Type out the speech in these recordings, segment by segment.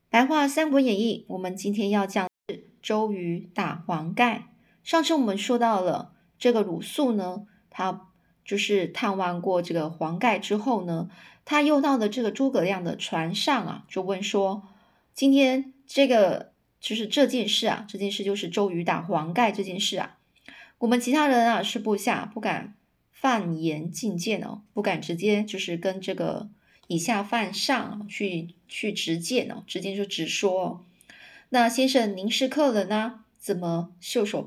白话《三国演义》，我们今天要讲的是周瑜打黄盖。上次我们说到了这个鲁肃呢，他就是探望过这个黄盖之后呢，他又到了这个诸葛亮的船上啊，就问说，今天这个就是这件事就是周瑜打黄盖这件事啊，我们其他人啊是部下不敢犯言进谏哦，不敢直接就是跟这个以下犯上去直谏哦，直接就直说哦。那先生您是客人啊，怎么袖手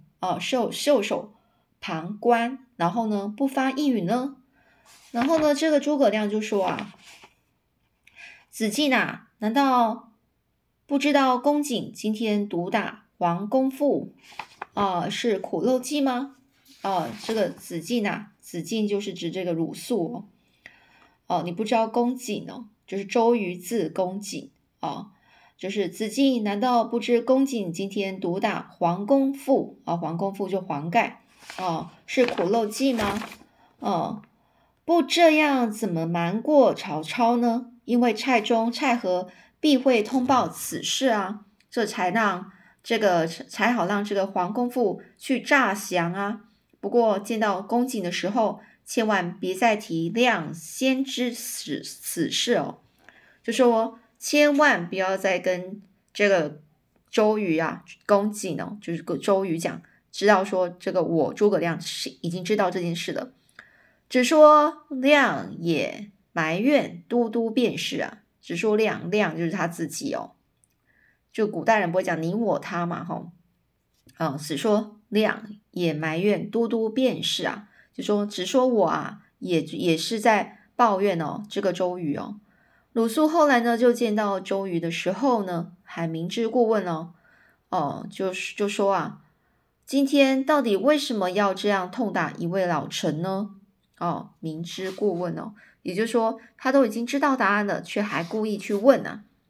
旁观，然后呢不发一语呢？然后呢，这个诸葛亮就说啊，子敬啊，难道不知道公瑾今天毒打黄公父是苦肉计吗？这个子敬啊，子敬就是指这个鲁肃哦。你不知道公瑾哦，就是周瑜字公瑾哦，就是子敬难道不知公瑾今天毒打黄公父黄公父就黄盖是苦肉计吗？不这样怎么瞒过曹操呢？因为蔡中、蔡和必会通报此事啊，这才好让这个黄公父去诈降啊。不过见到公瑾的时候，千万别再提亮先知此事哦，就说千万不要再跟这个周瑜啊、公瑾哦，就是周瑜讲，知道说这个我诸葛亮已经知道这件事了。只说亮也埋怨都督便是啊，只说亮就是他自己哦，就古代人不会讲你我他嘛只说亮也埋怨都督便是啊，就说只说我啊，也是在抱怨哦这个周瑜哦。鲁肃后来呢就见到周瑜的时候呢，还明知故问就说啊，今天到底为什么要这样痛打一位老臣呢？明知故问哦，也就是说他都已经知道答案了，却还故意去问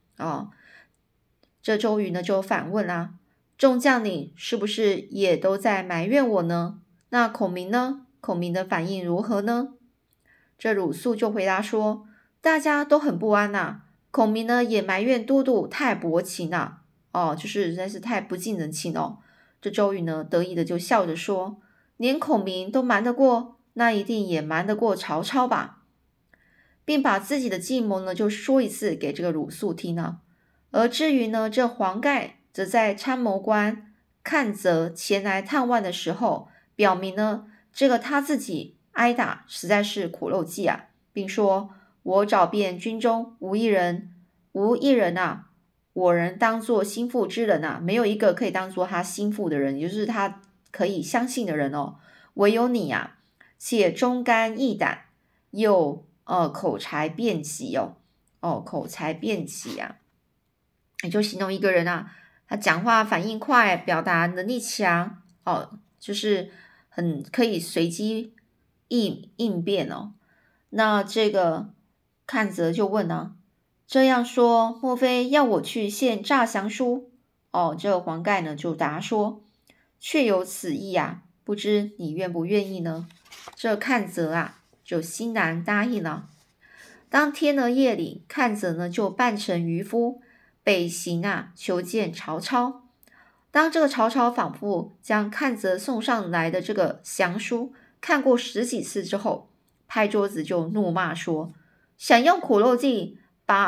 这周瑜呢就反问啊，众将领是不是也都在埋怨我呢？那孔明呢？孔明的反应如何呢？这鲁肃就回答说，大家都很不安啊，孔明呢也埋怨都督太薄情啊，就是实在是太不近人情哦。这周瑜呢得意的就笑着说，连孔明都瞒得过，那一定也瞒得过曹操吧，并把自己的计谋呢就说一次给这个鲁肃听了。而至于呢，这黄盖则在参谋官看泽前来探望的时候，表明呢，这个他自己挨打实在是苦肉计啊，并说我找遍军中无一人啊，我人当作心腹之人啊，没有一个可以当作他心腹的人，也就是他可以相信的人哦，唯有你啊，且忠肝义胆，又口才辩奇口才辩奇啊。也就形容一个人啊，他讲话反应快，表达能力强就是很可以随机应变哦。那这个看泽就问啊，这样说，莫非要我去献诈降书？这个黄盖呢就答说，确有此意啊，不知你愿不愿意呢？这看泽啊就欣然答应了。当天呢夜里，看泽呢就扮成渔夫，北行求见曹操。当这个曹操仿佛将看泽送上来的这个降书看过10几次之后，拍桌子就怒骂说，想用苦肉计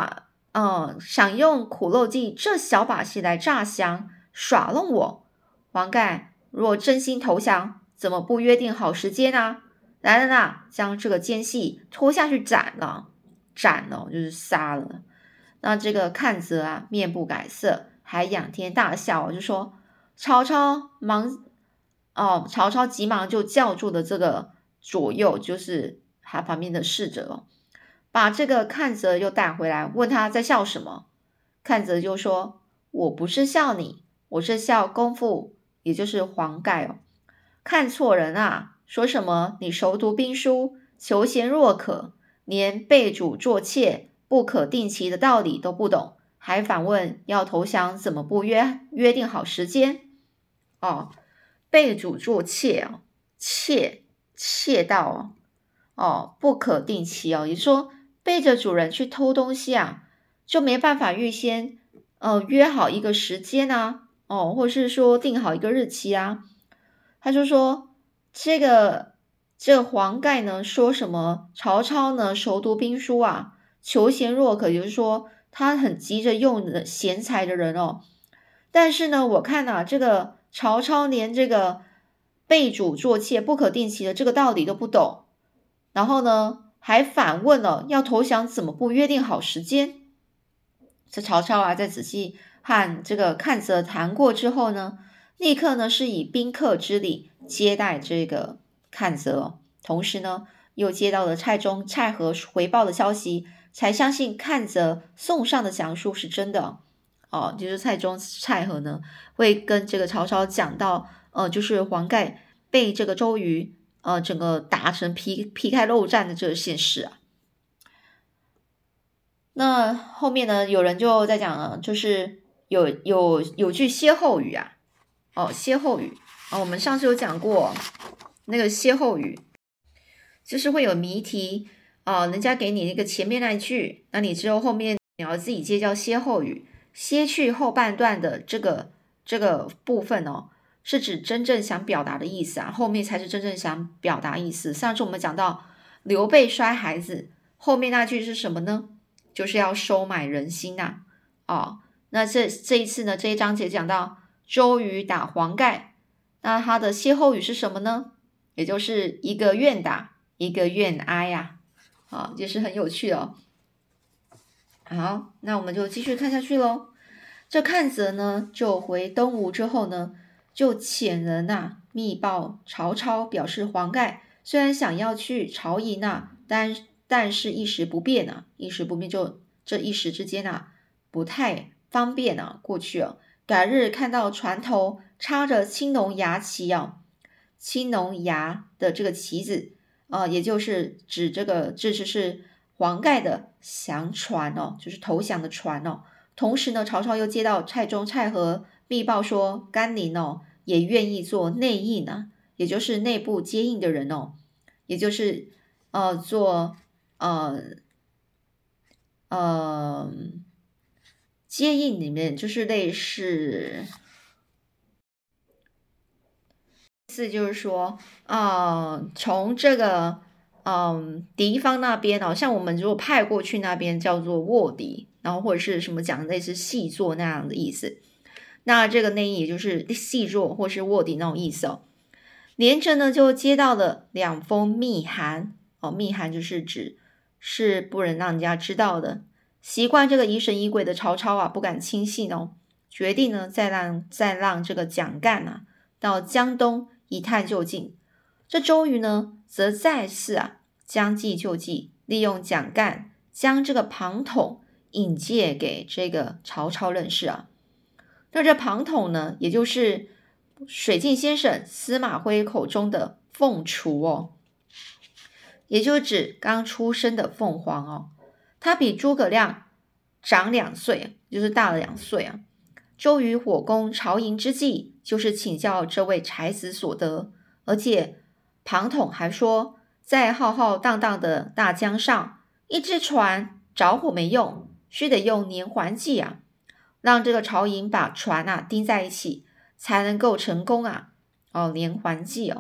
这小把戏来诈降耍弄我，黄盖若真心投降，怎么不约定好时间啊？来人啊，将这个奸细拖下去斩了就是杀了。那这个看泽啊面不改色，还仰天大笑就说，曹操急忙就叫住了这个左右，就是他旁边的侍者把这个看泽又带回来，问他在笑什么。看泽就说，我不是笑你，我是笑公父，也就是黄盖看错人啊，说什么你熟读兵书，求贤若渴，连被主做妾不可定期的道理都不懂，还反问要投降怎么不约定好时间被主做妾窃盗不可定期也就是说背着主人去偷东西就没办法预先约好一个时间啊，或是说定好一个日期啊。他就说这个黄盖呢说什么曹操呢熟读兵书啊，求贤若渴，也就是说他很急着用的贤才的人哦。但是呢，我看啊，这个曹操连这个被主作妾不可定期的这个道理都不懂，然后呢还反问了要投降怎么不约定好时间。这曹操啊，在仔细和这个阚泽谈过之后呢，立刻呢是以宾客之礼接待这个阚泽，同时呢又接到了蔡中、蔡和回报的消息，才相信阚泽送上的讲述是真的。就是蔡中、蔡和呢会跟这个曹操讲到，就是黄盖被这个周瑜整个打成皮开肉绽的这个现实啊。那后面呢，有人就在讲了，就是有句歇后语啊，歇后语我们上次有讲过那个歇后语，就是会有谜题人家给你那个前面那一句，那你之后后面你要自己接叫歇后语。歇去后半段的这个部分是指真正想表达的意思啊，后面才是真正想表达意思。上次我们讲到刘备摔孩子，后面那句是什么呢？就是要收买人心啊。那这一次呢，这一章节讲到周瑜打黄盖，那他的歇后语是什么呢？也就是一个愿打，一个愿挨呀。也是很有趣哦。好，那我们就继续看下去咯。这阚泽呢，就回东吴之后呢，就遣人密报曹操，表示黄盖虽然想要去曹营但是一时不便就这一时之间不太方便过去改日看到船头插着青龙牙旗青龙牙的这个旗子也就是指这个是黄盖的降船就是投降的船同时呢，曹操又接到蔡中、蔡和密报说甘宁也愿意做内应也就是内部接应的人也就是做接应里面就是类似就是说从这个敌方那边像我们如果派过去那边叫做卧敌，然后或者是什么讲类似细作那样的意思，那这个内应也就是细作或是卧敌那种意思连着呢就接到了2封密函密函就是指是不能让人家知道的。习惯这个疑神疑鬼的曹操不敢轻信决定呢再让这个蒋干到江东一探究竟。这周瑜呢则再次将计就计，利用蒋干将这个庞统引荐给这个曹操认识那这庞统呢，也就是水镜先生司马徽口中的凤雏也就是指刚出生的凤凰他比诸葛亮长2岁，就是大了2岁周瑜火攻曹营之计，就是请教这位才子所得。而且庞统还说，在浩浩荡荡的大江上，一只船着火没用，须得用连环计让这个曹营把船钉在一起，才能够成功连环计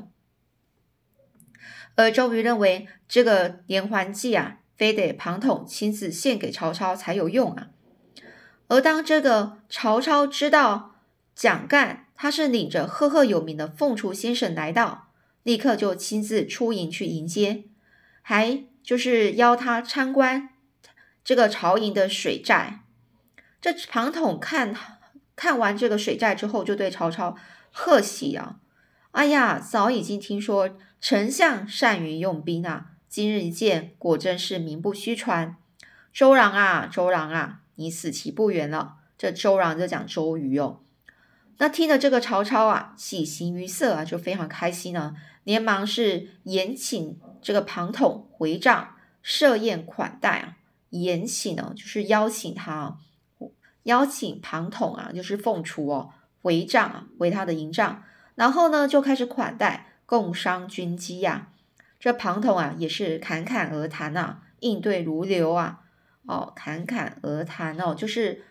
而周瑜认为这个连环计非得庞统亲自献给曹操才有用而当这个曹操知道蒋干他是领着赫赫有名的凤雏先生来到，立刻就亲自出营去迎接，还就是邀他参观这个曹营的水寨。这庞统看完这个水寨之后，就对曹操贺喜哎呀，早已经听说丞相善于用兵今日一见，果真是名不虚传。周郎周郎你死期不远了。这周郎就讲周瑜那听了这个曹操喜形于色就非常开心连忙是延请这个庞统回帐设宴款待延请就是邀请他邀请庞统就是凤雏回帐回他的营帐，然后呢就开始款待，共商军机这庞统也是侃侃而谈应对如流侃侃而谈就是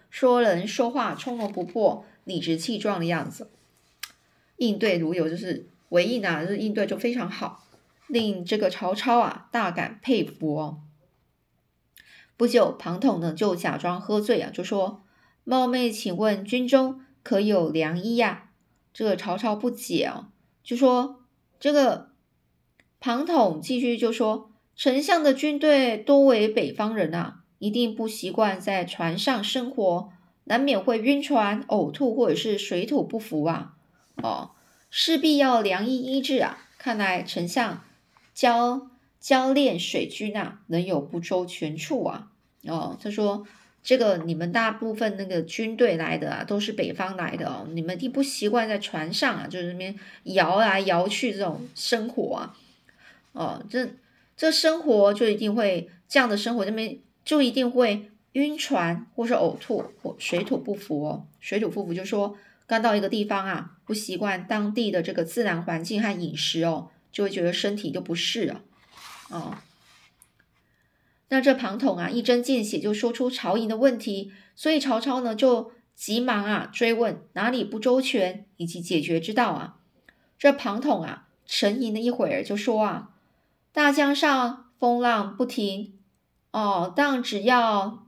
说人说话从容不迫，理直气壮的样子，应对如有，就是回应啊，就是应对就非常好，令这个曹操啊大感佩服哦。不久，庞统呢就假装喝醉啊，就说：“冒昧请问军中可有良医呀？”这个曹操不解哦，就说这个庞统继续就说：“丞相的军队多为北方人啊，一定不习惯在船上生活，难免会晕船、呕吐或者是水土不服啊。势必要良医医治啊。看来丞相教练水军啊，能有不周全处啊。”他说这个你们大部分那个军队来的啊，都是北方来的哦，你们一定不习惯在船上啊，就是那边摇来摇去这种生活啊，这生活就一定会这样的生活，这边就一定会晕船或是呕吐或水土不服哦。水土不服就是说刚到一个地方啊，不习惯当地的这个自然环境和饮食哦，就会觉得身体就不适了那这庞统啊一针见血就说出曹营的问题，所以曹操呢就急忙啊追问哪里不周全以及解决之道啊。这庞统啊沉吟了一会儿就说啊，大江上风浪不停但只要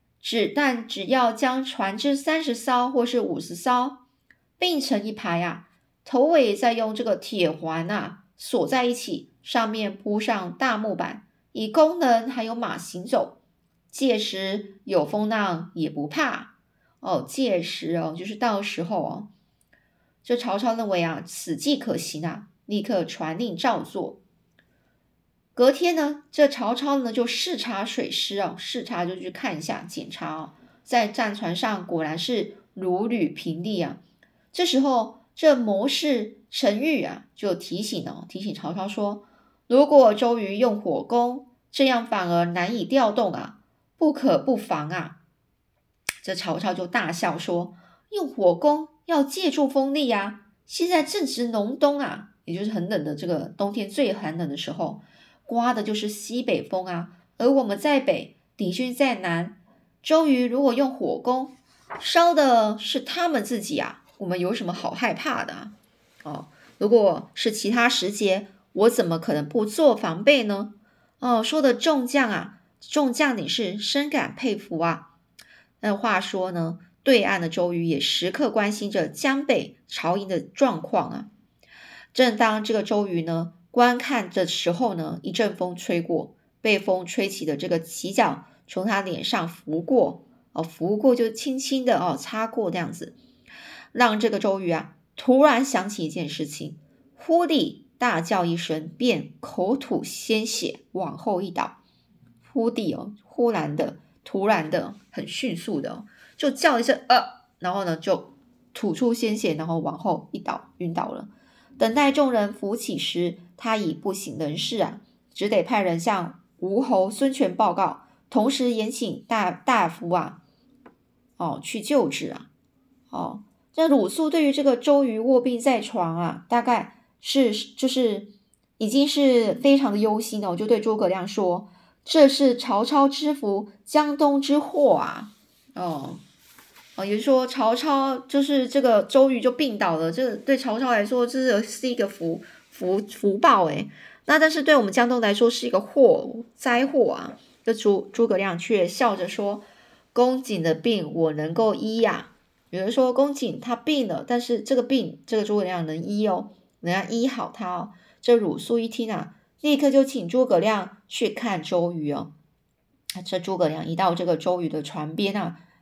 将船只30艘或是50艘并成一排啊，头尾再用这个铁环啊锁在一起，上面铺上大木板，以供人还有马行走，届时有风浪也不怕届时就是到时候这曹操认为啊此计可行啊，立刻传令照做。隔天呢，这曹操呢就视察水师视察就去看一下检查在战船上果然是如履平地啊。这时候这谋士陈玉啊就提醒曹操说，如果周瑜用火攻，这样反而难以调动啊，不可不防啊。这曹操就大笑说，用火攻要借助风力啊，现在正值农冬啊，也就是很冷的这个冬天最寒冷的时候，刮的就是西北风啊，而我们在北，敌军在南，周瑜如果用火攻，烧的是他们自己啊，我们有什么好害怕的如果是其他时节，我怎么可能不做防备呢？说的众将领是深感佩服啊。那话说呢，对岸的周瑜也时刻关心着江北曹营的状况啊。正当这个周瑜呢观看的时候呢，一阵风吹过，被风吹起的这个旗角从他脸上拂过就轻轻的擦过这样子，让这个周瑜啊突然想起一件事情，忽地大叫一声，便口吐鲜血往后一倒。忽地忽然的突然的很迅速的就叫一声然后呢就吐出鲜血，然后往后一倒晕倒了。等待众人扶起时，他已不省人事啊，只得派人向吴侯孙权报告，同时延请大夫去救治这鲁肃对于这个周瑜卧病在床啊，大概是就是已经是非常的忧心就对诸葛亮说，这是曹操之福，江东之祸啊也就是说曹操就是这个周瑜就病倒了，这对曹操来说这是一个福报那但是对我们江东来说是一个灾祸啊。这诸葛亮却笑着说，公瑾的病我能够医呀。有人说公瑾他病了，但是这个病这个诸葛亮能医能医好他这鲁肃一听啊，立刻就请诸葛亮去看周瑜这诸葛亮一到这个周瑜的床边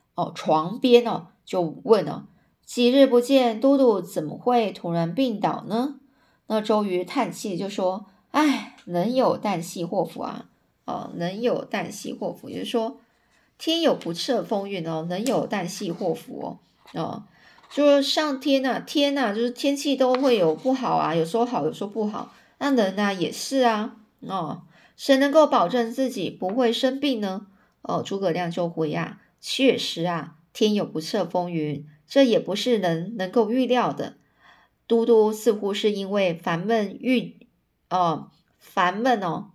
就问几日不见，都督怎么会突然病倒呢？那周瑜叹气就说，人有旦夕祸福啊人有旦夕祸福，也就是说天有不测风云人有旦夕祸福就是上天就是天气都会有不好啊，有时候好有时候不好，那人也是谁能够保证自己不会生病呢？诸葛亮就回确实天有不测风云，这也不是人能够预料的。都督似乎是因为烦闷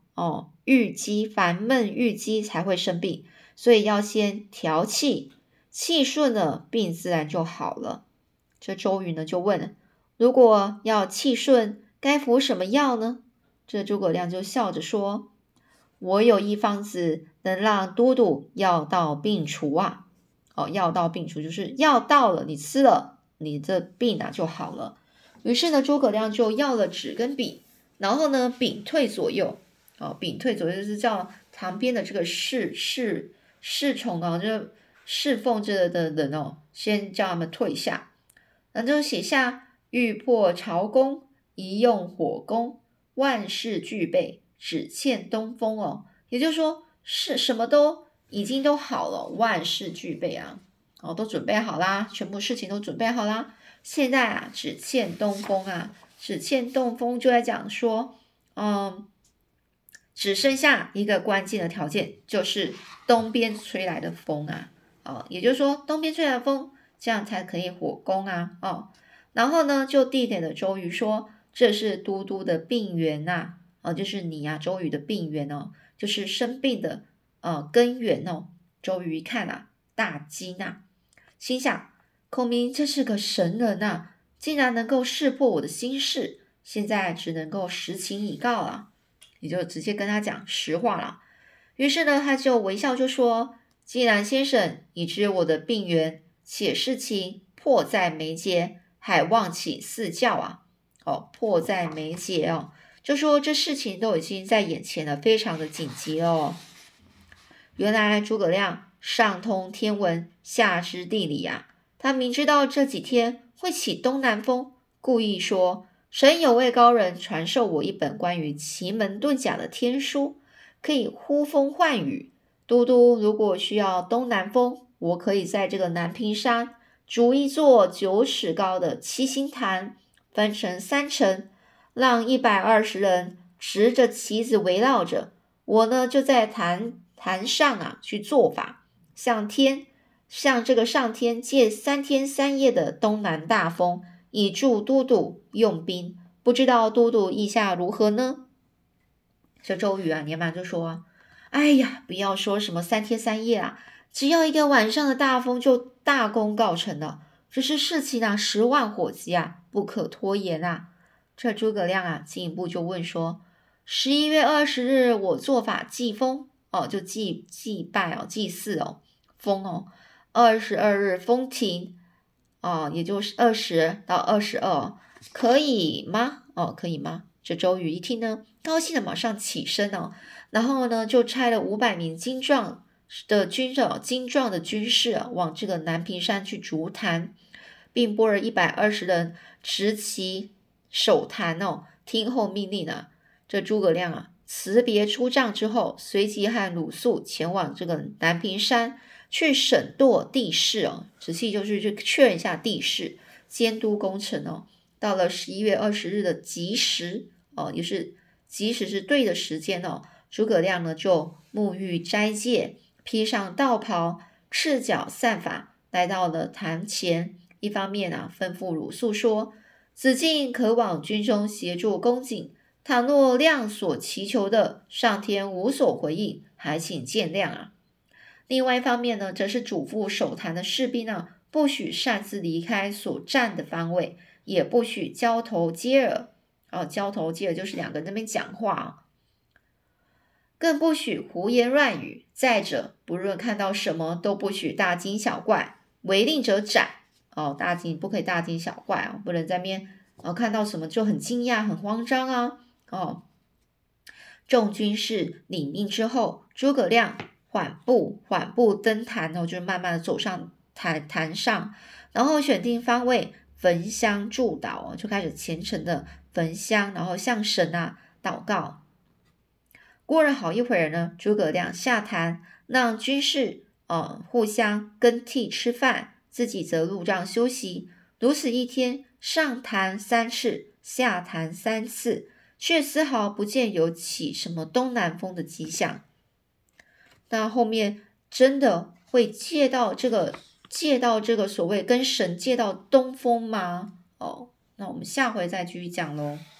郁积才会生病，所以要先调气， 气顺了，病自然就好了。这周瑜呢就问，如果要气顺，该服什么药呢？这诸葛亮就笑着说，我有一方子能让都督药到病除啊。药到病除就是药到了，你吃了，你这病就好了。于是呢，诸葛亮就要了纸跟笔，然后呢，屏退左右。屏退左右就是叫旁边的这个侍从就侍奉着的人先叫他们退下，然后就写下欲破曹公，宜用火攻，万事俱备，只欠东风也就是说是什么都已经都好了，万事俱备都准备好啦，全部事情都准备好啦，现在只欠东风只欠东风就在讲说只剩下一个关键的条件，就是东边吹来的风也就是说东边吹来的风，这样才可以火攻然后呢就递给了周瑜说，这是都督的病源就是你周瑜的病源就是生病的根源周瑜一看大惊心想孔明这是个神人竟然能够识破我的心事，现在只能够实情以告了，也就直接跟他讲实话了。于是呢，他就微笑就说，既然先生已知我的病源，且事情迫在眉睫，还望起赐教迫在眉睫就说这事情都已经在眼前了，非常的紧急了原来诸葛亮上通天文，下知地理他明知道这几天会起东南风，故意说神有位高人传授我一本关于奇门遁甲的天书，可以呼风唤雨。都督如果需要东南风，我可以在这个南屏山筑一座9尺高的七星坛，分成3层，让120人持着旗子围绕着我呢，就在坛上去做法，向这个上天借3天3夜的东南大风，以助都督用兵，不知道都督意下如何呢？这周瑜连忙就说，哎呀，不要说什么3天3夜只要一个晚上的大风就大功告成了，只是事情10万火急不可拖延这诸葛亮进一步就问说，11月20日我做法祭风就祭拜祭祀风22日风停也就是20到22可以吗？可以吗？这周瑜一听呢，高兴的马上起身然后呢就差了500名精壮的军士往这个南屏山去筑坛，并拨了120人持旗守坛听候命令这诸葛亮辞别出帐之后，随即和鲁肃前往这个南屏山去审度地势仔细就是去确认一下地势，监督工程到了11月20日的吉时也是吉时是对的时间诸葛亮呢就沐浴斋戒，披上道袍，赤脚散发，来到了坛前。一方面吩咐鲁肃说，子敬可往军中协助公瑾，倘若亮所祈求的上天无所回应，还请见谅另外一方面呢，则是嘱咐守坛的士兵不许擅自离开所站的方位，也不许交头接耳交头接耳就是2个人在那边讲话更不许胡言乱语。再者，不论看到什么都不许大惊小怪，违令者斩不可以大惊小怪不能在那边看到什么就很惊讶很慌张众军士领命之后，诸葛亮缓步登坛就是慢慢的走上坛上，然后选定方位，焚香祝祷就开始虔诚的焚香，然后向神祷告。过了好一会儿呢，诸葛亮下坛，让军士互相更替吃饭，自己则入帐休息。如此一天，上坛3次，下坛3次，却丝毫不见有起什么东南风的迹象。那后面真的会借到这个所谓跟神借到东风吗？那我们下回再继续讲咯。